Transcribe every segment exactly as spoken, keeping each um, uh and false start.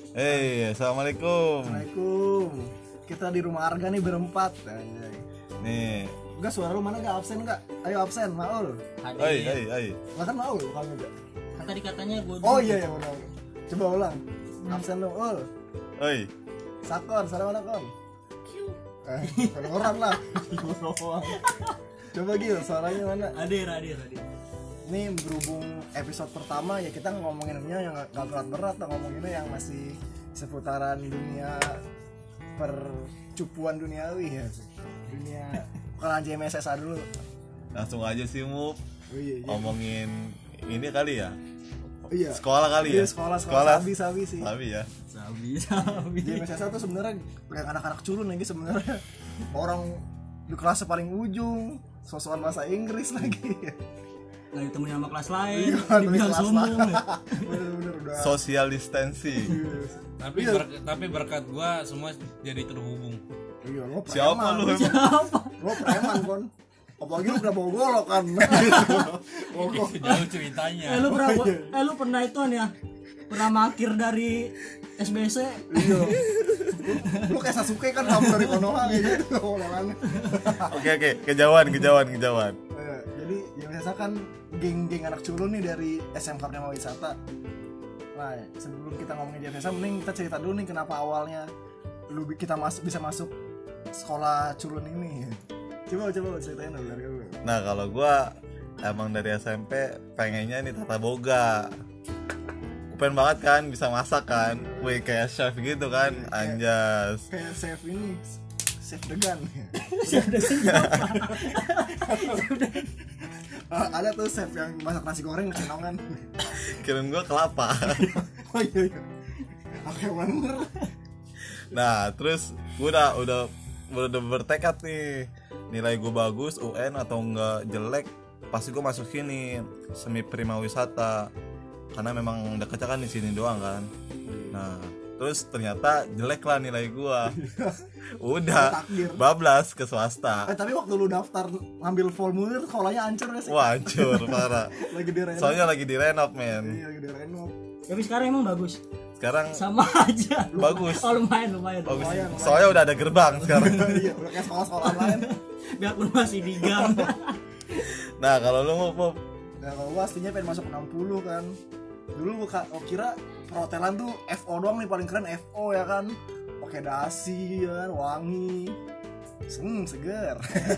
Hey, assalamualaikum. Assalamualaikum. Kita di rumah Arga nih berempat. Anjay. Nih. Enggak, suara lu mana enggak absen enggak? Ayo absen, Maul. Hai, hai, hai. Lah kan Maul kamu enggak. Kan tadi katanya gue. Oh iya ya benar. Coba ulang. Absen lu, Ul. Oi. Sakor, suara mana kon? Eh, orang lah. Coba Gil, suaranya mana? Hadir, hadir, hadir. Ini berhubung episode pertama ya kita ngomonginnya yang gak berat-berat, ngomonginnya yang masih seputaran dunia percupuan duniawi ya sih. Dunia bukan J M S S A dulu. Langsung aja sih Mup. Oh, iya, iya. Ngomongin ini kali ya. Oh, iya. Sekolah kali iya, ya. Sekolah sekolah sabi sabi sih. Sabi ya. Sabi, sabi. J M S S A tuh sebenarnya kayak anak-anak culun lagi sebenarnya. Orang di kelas paling ujung, sosokan bahasa Inggris lagi. Lagi temunya sama kelas lain, Iya, dibilang kelas sombong. Bener-bener udah. Social distancing. Tapi Iya. ber, tapi berkat gua semua jadi terhubung. Iya, lo preman. Siapa lu emang? Siapa? Lo preman kon. Apalagi lu udah bawa golok kan. Itu jauh ceritanya. Eh lu pernah eh lu pernah itu ya? Pernah makir dari S B C? Iya. Lu kayak Sasuke kan kamu dari Konoha gitu. Lelannya. Oke, oke, kejauhan, kejauhan, kejauhan. Jadi ya biasa kan geng-geng anak culun nih dari S M K Prima Wisata. Nah, sebelum kita ngomongin J M S S A, mending kita cerita dulu nih kenapa awalnya lu kita masuk bisa masuk sekolah culun ini. Coba coba ceritain dulu dari lu. Nah, kalau gua emang dari S M P pengennya nih tata boga. Pengen banget kan bisa masak kan. Wih, kayak chef gitu kan. Anjas. Kayak chef ini, chef degan. Uh, ada tuh chef yang masak nasi goreng kenongan. Kirain gua kelapa. Oh iya iya. Oke bener. Nah, terus gue udah udah udah bertekad nih, nilai gue bagus U N atau enggak jelek, pasti gue masuk sini semi Prima Wisata, karena memang dekatnya kan di sini doang kan. Nah, terus ternyata jelek lah nilai gue. Udah bablas ke swasta. Eh tapi waktu lu daftar ngambil formulir sekolahnya hancur gak sih? Wah, hancur parah. Lagi direnov. Soalnya lagi direnov men. Iya lagi direnov. Tapi sekarang emang bagus. Sekarang Sama aja. bagus. Oh lumayan, lumayan. Bagus. Lumayan, lumayan. Soalnya udah ada gerbang sekarang. Iya udah kayak sekolah-sekolah lain. Biarpun masih di gang. Nah, kalau lu mau Nah kalau gua aslinya pengen masuk enam puluh kan. Dulu gua oh, kira perhotelan tuh F O doang nih paling keren F O ya kan. Pakai dasi ya kan, wangi. Hmm, seger.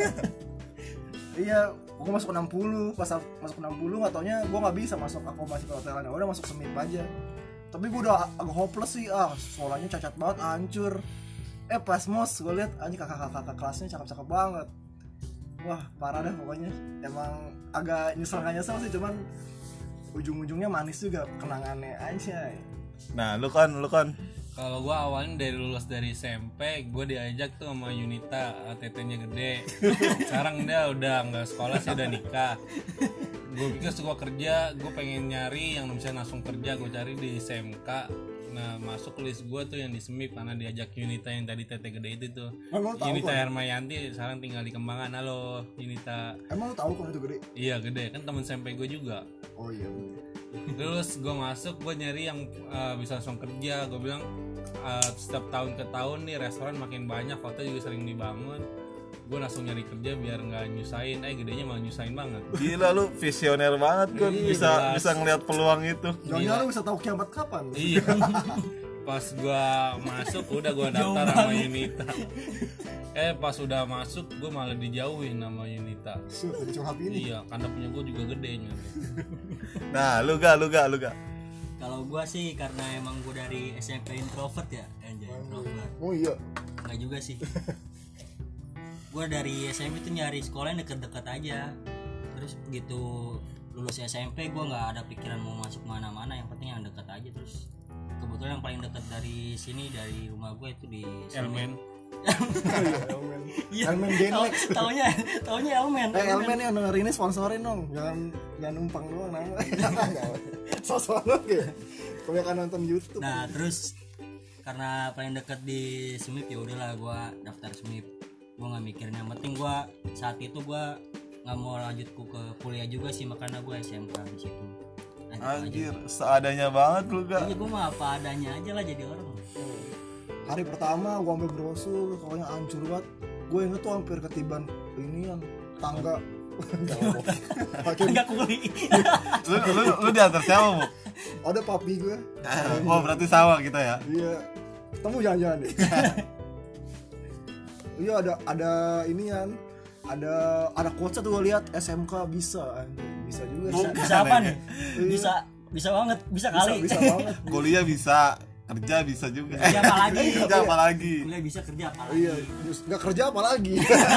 Iya, gua masuk enam puluh, pas masuk enam puluh enggak taunya gua enggak bisa masuk akomodasi perhotelan. Ya udah masuk semip aja. Tapi gua udah agak hopeless sih, ah sekolahnya cacat banget, hancur. Eh pas mos gua lihat anjing kakak-kakak kelasnya cakep-cakep banget. Wah, parah dah pokoknya. Emang agak nyesel gak nyesel sih, cuman ujung-ujungnya manis juga kenangannya aja. Nah, lu kan, lu kan Kalau gua awalnya dari lulus dari S M P, gua diajak tuh sama Yunita, T T-nya gede. Sekarang dia udah nggak sekolah, sih udah nikah. Gue pikir suka kerja, gue pengen nyari yang bisa langsung kerja, gue cari di S M K. Nah masuk list gue tuh yang di Semip karena diajak Yunita yang tadi T T gede itu tuh. Emang lu tahu Yunita kan? Hermayanti sekarang tinggal di Kembangan. Halo Yunita. Emang lu tahu kalau itu gede? Iya gede, kan temen S M P gue juga. Oh iya bener. Terus gue masuk, gue nyari yang uh, bisa langsung kerja. Gue bilang uh, setiap tahun ke tahun nih restoran makin banyak, hotel juga sering dibangun. Gue langsung nyari kerja biar nggak nyusahin. Eh gedenya malah nyusahin banget. gila, lu visioner banget kan, Iya, bisa jelas. bisa ngelihat peluang itu. Jangan-jangan lu bisa tahu kiamat kapan? Iya. Pas gue masuk udah gue daftar sama Yunita. Eh pas udah masuk gue malah dijauhin sama Yunita. Suh, jadi curhat ini. Iya, karena punya gue juga gede nyari. Nah, lu gak, lu gak, lu gak. Kalau gua sih karena emang gua dari S M P introvert ya, anjay introvert. Oh iya. Enggak juga sih. Gua dari S M P tuh nyari sekolah yang deket-deket aja. Terus begitu lulus S M P gua nggak ada pikiran mau masuk mana-mana, yang penting yang deket aja. Terus kebetulan yang paling dekat dari sini dari rumah gua itu di Elmen. Elmen. Iya. Elmen Genlex. Taunya, taunya Elmen. Eh Elmen yang denger ini sponsorin dong. Jangan jangan numpang doang nama. Sosok ya. Kebanyakan nonton YouTube. Nah, terus karena paling dekat di Semip ya udahlah gua daftar Semip. Gua nggak mikirin, yang penting gua saat itu gua nggak mau lanjut ku ke kuliah juga sih, makanya gua S M K di situ. Anjir, seadanya banget lu gak? Iya gue mah apa adanya aja lah jadi orang. Hari pertama gua ambil brosur, pokoknya hancur banget. Gue inget tuh hampir ketiban ini kan tangga. Enggak kuli. Lu lu lu di antar siapa, Bu? Ada papi gue. Oh, berarti sama kita ya. Iya. Ketemu jangan-jangan deh. Iya ada ada ini kan. Ada ada quotes tuh gue lihat S M K bisa anjing. Bisa juga. Bukan. Bisa apa nih? Iya. Bisa bisa banget, bisa Bisa, kali. bisa banget. Kuliah bisa, kerja bisa juga. Kerja apa lagi? Kerja apa lagi? Kuliah bisa kerja apa lagi? Iya, terus nggak kerja apa lagi?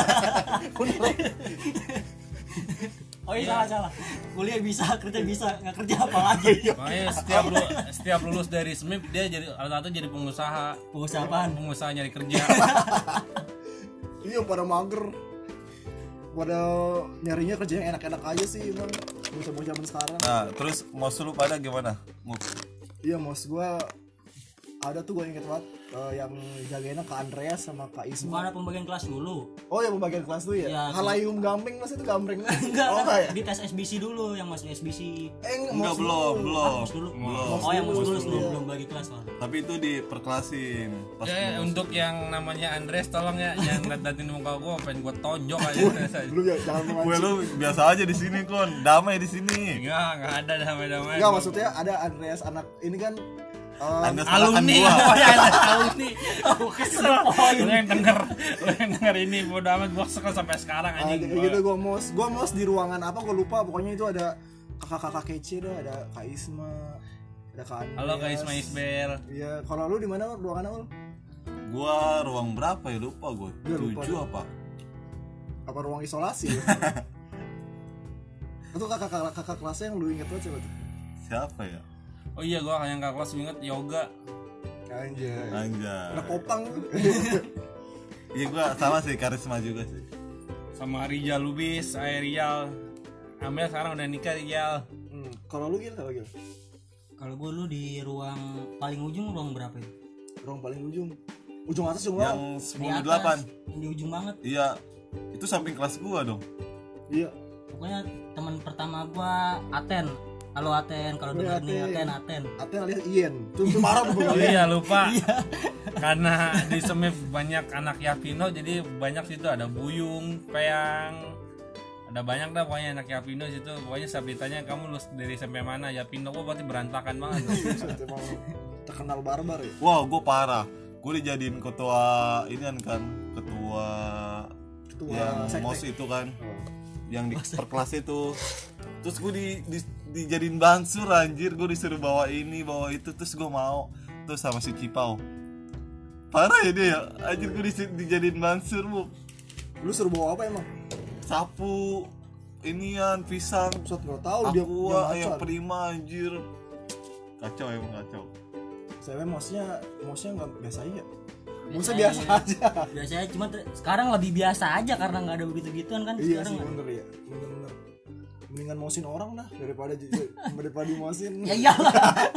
Oh iya salah salah. Kuliah bisa, kerja bisa, nggak kerja apa lagi? Makanya setiap lu, setiap lulus dari S M I P dia jadi rata-rata jadi pengusaha. Pengusaha apaan? Pengusaha nyari kerja. Iya pada mager. Pada nyarinya kerja yang enak-enak aja sih emang. Bocah-bocah zaman sekarang. Nah, terus mau lu pada gimana? Mau Iya mos gua ada tuh gue inget banget uh, yang jagainnya Kak Andreas sama Kak Isma. Bukan ada pembagian kelas dulu. Oh ya pembagian kelas tuh ya? Iya, Halayum gamping mas itu gambreng. Enggak, Oh kan ya? di tes S B C dulu yang masuk S B C. Eh enggak mos belum, dulu. belum. Mos dulu. Belum. Oh yang mos dulu Mos sebelum dulu. belum bagi kelas lah. Tapi itu diperklasin. Pas Ya, lulus. untuk yang namanya Andres tolong ya yang liatin muka gua pengen gua tonjok aja. Lu ya jangan Gue mengancam. lu biasa aja di sini kon, damai di sini. Enggak, enggak ada damai-damai. Enggak maksudnya ada Andreas anak ini kan uh, Anda salahkan alumni gua. apa ya ada alumni. Oh kesel. Lu yang denger, lu yang denger ini bodo amat gua kesel sampai sekarang Ah, anjing. kayak gitu gue mos, gue mos di ruangan apa gue lupa, pokoknya itu ada kakak-kakak kece dah, ada Kak Isma, ada Kak Andreas. Halo Kak Isma Isbel. Iya, kalau lu di mana ruangan lu? Gua ruang berapa ya lupa gue. Iya, lupa Tujuh deh. apa? Apa ruang isolasi? Itu kakak-kakak kakak kelasnya yang lu inget banget siapa tuh? Siapa ya? Oh iya gua yang kakak kelas inget yoga. Anjay. Anjay. Anak kopang. Iya gua sama sih, karisma juga sih. Sama Rijal Lubis, Ariel. Amel sekarang udah nikah Rijal. Hmm, kalau lu gitu apa gitu? Kalau gue lu di ruang paling ujung ruang berapa itu? Ruang paling ujung. Ujung atas ujung bawah. Yang Di sepuluh atas, delapan. yang di ujung banget. Iya. Itu samping kelas gua dong. Iya. Pokoknya teman pertama gua Aten. Halo Aten, kalau Oh, denger nih Aten. Aten Aten. Aten alias Ian. Tuh tuh marah tuh Oh pokoknya. iya lupa. Karena di Semif banyak anak Yapino jadi banyak situ ada Buyung, Peang. Ada banyak dah pokoknya anak Yapino situ. Pokoknya setiap ditanya kamu lulus dari S M P mana Yapino, gua berarti berantakan banget. Buset, emang terkenal barbar ya. Wow, gua parah. Gua dijadiin ketua ini kan, kan ketua Ketua yang sekte. mos itu kan, Oh. yang di per kelas itu. Terus gue di, di dijadiin bansur anjir, gue disuruh bawa ini bawa itu, terus gue mau, terus sama si Cipau parah ya dia ya anjir, gue di, dijadiin bansur bu, Lu suruh bawa apa emang? sapu inian pisang Buset, nggak tahu dia aqua dia ayam macan. prima anjir, kacau emang kacau. Saya mosnya mosnya nggak biasa aja. Mosnya Biasa biasa aja. aja. Biasanya cuma ter- sekarang lebih biasa aja karena nggak ada begitu-gituan kan Iya sekarang. sih kan? bener ya. Bener-bener. Mendingan mosin orang dah daripada j- j- daripada dimosin. Ya iyalah.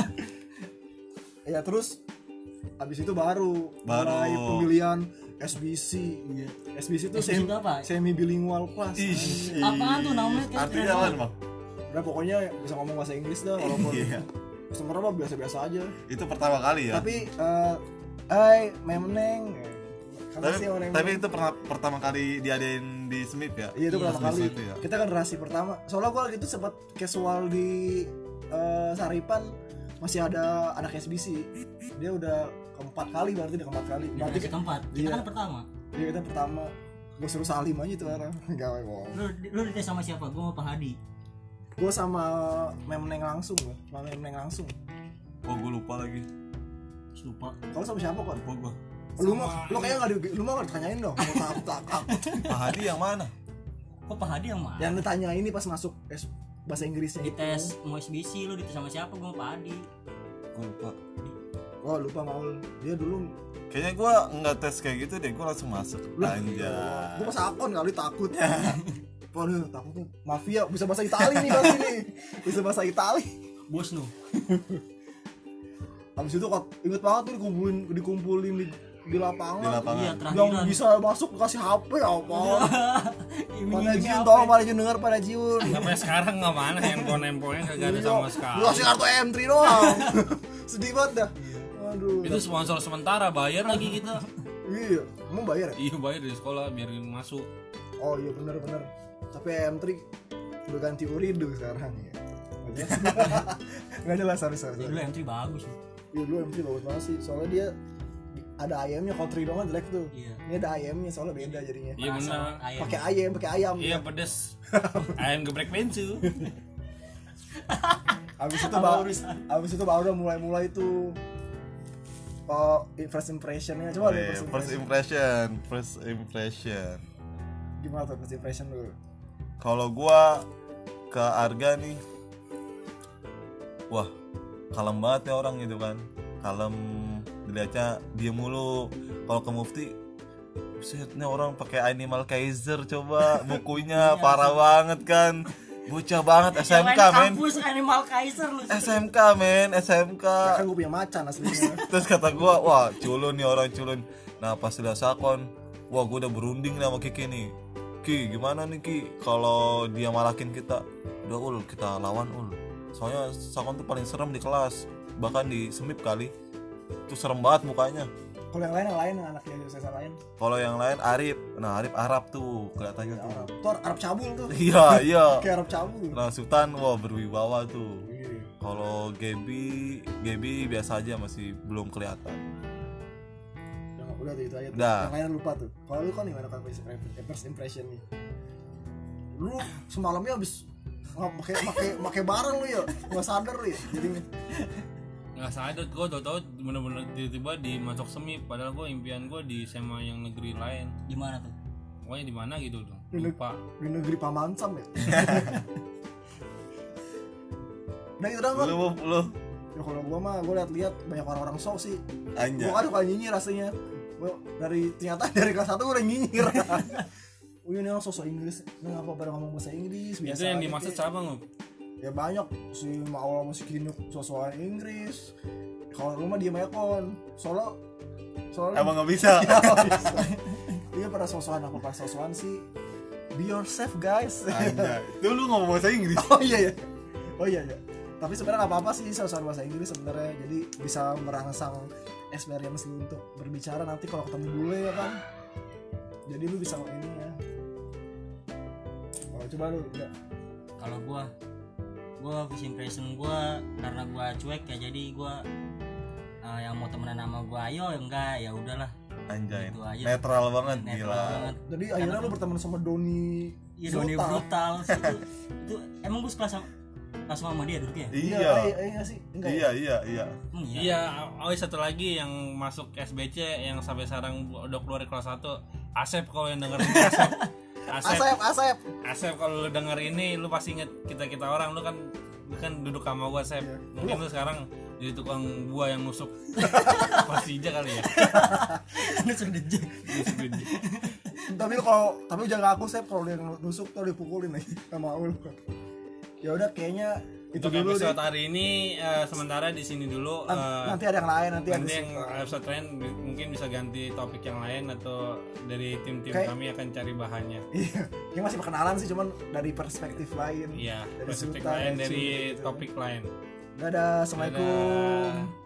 Ya terus abis itu baru, Baru. mulai pemilihan S B C. S B C itu S B C semi, itu apa? semi bilingual class. Ih, Apaan tuh namanya kayak artinya keren apa banget. bang? Udah pokoknya bisa ngomong bahasa Inggris dah walaupun Iya. customer mah biasa-biasa aja. Itu pertama kali ya. Tapi eh hai memneng. Kan tapi, sih orang tapi itu pernah pertama kali diadain di Smith ya. Iya itu Iya, pertama kali. itu ya. Kita kan generasi pertama. Soalnya gue gitu sempat casual di eh, Saripan masih ada anak S B C. Dia udah keempat kali berarti udah keempat kali. Berarti Generasi keempat. Kita Iya. kan pertama. dia kita pertama. Gue suruh salim aja tuh orang. Enggak bohong. Lu lu dites sama siapa? Gua sama Pak Hadi. Gue sama Memneng langsung loh. Sama Memneng langsung. Oh gue lupa lagi. Terus lupa. Kalau sama siapa kon? Lupa gue. Lu mah lu kayaknya enggak di, lu mah enggak ditanyain dong. Mau takut takut. Pak Hadi yang mana? Kok Pak Hadi yang mana? Yang ditanya ini pas masuk S bahasa Inggrisnya Di itu. tes mau S B C lu dites sama siapa? Gua sama Pak Hadi. Gue lupa. Oh lupa Maul. Dia dulu Kayaknya gue nggak tes kayak gitu deh, gue langsung masuk. Anjay. gue pas akun kali takut. Waduh takutnya mafia bisa bahasa Itali nih pasti nih. Bisa bahasa Itali. Bos lu. Habis itu kok inget banget tuh dikumpulin dikumpulin di di lapangan, Di lapangan. Iya, yang terakhiran. bisa masuk kasih H P apa? Pada Iming-iming Jiun apa? tolong pada Jiun denger pada Jiun. Sampai sekarang nggak mana handphone-handphonenya kagak ada sama sekali. Lu kasih kartu M tiga doang. Sedih banget dah. Aduh. Itu sponsor sementara, bayar lagi kita. Iya, emang bayar ya? Iya bayar dari sekolah biar masuk. Oh iya bener-bener. Tapi M tiga udah ganti Uridu sekarang ya. Nggak jelas harus harus. Ya, dulu M tiga bagus. Iya dulu M tiga bagus banget sih. Soalnya dia ada ayamnya, kalau Trido kan jelek tuh. Iya. Ini ada ayamnya soalnya beda jadinya. Iya Rasa benar. ayam. Pakai ayam, pakai ayam. Iya pedes. Ayam geprek bensu. Abis itu Apa baru, urusan? abis itu baru udah mulai-mulai tuh. Oh, first impressionnya coba deh Weh, first first impression. impression, first impression. Gimana tuh first impression dulu? Kalau gua ke Arga nih, wah kalem banget ya orang gitu kan, kalem, dilihatnya dia mulu. Kalau ke Mufti, setnya orang pakai Animal Kaiser, coba bukunya parah banget kan, bocah banget S M K Yang lain men, kampus Animal Kaiser lu. S M K men, S M K. Ya kan gue punya macan aslinya. Terus kata gua, wah culun nih orang culun. Nah pas udah sakon, wah gua udah berunding nih sama Kiki nih. Ki gimana nih Ki, kalau dia malakin kita, udah ul kita lawan ul. Soalnya sakon tuh paling serem di kelas, bahkan di semip kali, tuh serem banget mukanya. Kalau yang lain yang lain yang anaknya Yosesa lain. Kalau yang lain Arif, nah Arif Arab tuh kelihatannya tuh. Arab. Tuh Arab cabul tuh. Iya iya. Kayak Arab cabul. Nah Sultan wah berwibawa tuh. Iya. Kalau Gaby, Gaby biasa aja, masih belum kelihatan. Udah, udah tuh itu aja tuh. Udah. Yang lain lupa tuh. Kalau lu kan gimana kan first first impression nih? Lu semalamnya habis nggak pakai pakai pakai barang lu ya, nggak sadar lu ya. Jadinya Nggak sadar gue tau-tau bener-bener tiba-tiba di masuk semi. Padahal gue impian gue di S M A yang negeri lain. Di mana tuh? Pokoknya di mana gitu tuh. Di neg- Lupa. di negeri Pamansam ya. Udah itu doang kan? Lu lu Ya kalau gua mah gua lihat-lihat banyak orang-orang sok sih. anjay. Gua kan suka nyinyir rasanya. Gua dari ternyata dari kelas satu gua udah nyinyir. Oh ini orang sosok Inggris, nah apa pada ngomong bahasa Inggris biasa. Itu yang aja, dimaksud kayak. siapa Ngup? Ya banyak si Maula masih kinuk sosokan Inggris. Kalau lu mah diem aja kon. Soalnya soalnya Emang nggak bisa. dia pada sosokan apa pas sosokan sih. Be yourself guys. Anjay. Tuh lu ngomong bahasa Inggris. Oh iya ya. Oh iya ya. Tapi sebenarnya nggak apa-apa sih sosokan bahasa Inggris sebenarnya. Jadi bisa merangsang experience lu untuk berbicara nanti kalau ketemu bule ya kan. Jadi lu bisa ini ya. Oh, coba lu enggak. Kalau gua gua first impression gua karena gua cuek ya, jadi gua uh, yang mau temenan sama gua ayo enggak ya udahlah. Anjay. Gitu aja. Netral banget Netral gila. banget. Jadi akhirnya lu berteman sama Doni. Iya, Doni brutal sih itu. Itu emang gua sekelas sama kelas sama dia dulu ya? Iya, Iya. iya, iya sih. Enggak. Iya iya iya. Hmm, iya. Iya, oh satu lagi yang masuk S B C yang sampai sekarang udah keluar dari kelas satu. Asep kalau yang denger ini Asep. Asep, Asep, Asep. Asep kalau lu denger ini lu pasti inget kita-kita orang, lu kan lu kan duduk sama gua Asep. Iya. Mungkin lu sekarang jadi tukang buah yang nusuk Persija kali ya. Nusuk dejek. Nusuk biji. Tapi lu kalau tapi jangan aku Sep kalau dia nusuk tuh dipukulin lagi sama Ul. Ya udah kayaknya itu Untuk dulu deh. episode hari ini eh, sementara di sini dulu. Nan- eh, nanti ada yang lain nanti, nanti ada yang suka. episode lain bi- mungkin bisa ganti topik yang lain atau dari tim-tim Kayak- kami akan cari bahannya. Iya, ini masih perkenalan sih cuman dari perspektif lain. Iya, Dari perspektif Sultan, lain dari Sultan gitu. topik lain. Dadah, assalamualaikum. Dadah.